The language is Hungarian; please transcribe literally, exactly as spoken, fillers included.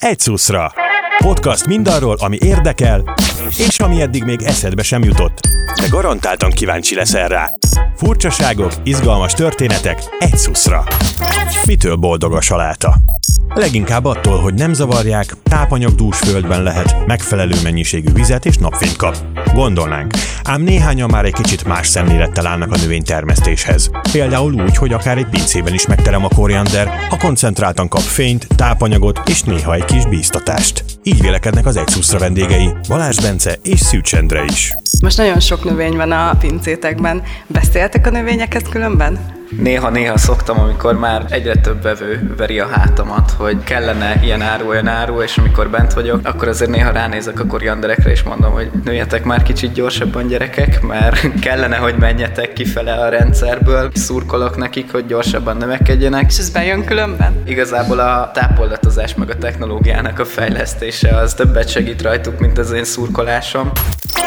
Egy szuszra! Podcast mindarról, ami érdekel, és ami eddig még eszedbe sem jutott. De garantáltan kíváncsi leszel rá. Furcsaságok, izgalmas történetek, egy szuszra. Mitől boldog a saláta? Leginkább attól, hogy nem zavarják, tápanyagdús földben lehet, megfelelő mennyiségű vizet és napfényt kap. Gondolnánk, ám néhányan már egy kicsit más szemlélettel állnak a növénytermesztéshez. Például úgy, hogy akár egy pincében is megterem a koriander, ha koncentráltan kap fényt, tápanyagot és néha egy kis bíztatást. Így vélekednek az egy szuszra vendégei, Balázs Bence és Szűcs Endre is. Most nagyon sok növény van a pincétekben. Beszéltek a növényekhez különben? Néha-néha szoktam, amikor már egyre több vevő veri a hátamat, hogy kellene ilyen áru, olyan áru, és amikor bent vagyok, akkor azért néha ránézek a korianderekre, és mondom, hogy nőjetek már kicsit gyorsabban, gyerekek, mert kellene, hogy menjetek kifele a rendszerből. Szurkolok nekik, hogy gyorsabban növekedjenek. És ez bejön különben? Igazából a tápoldatozás meg a technológiának a fejlesztése az többet segít rajtuk, mint az én szurkolásom.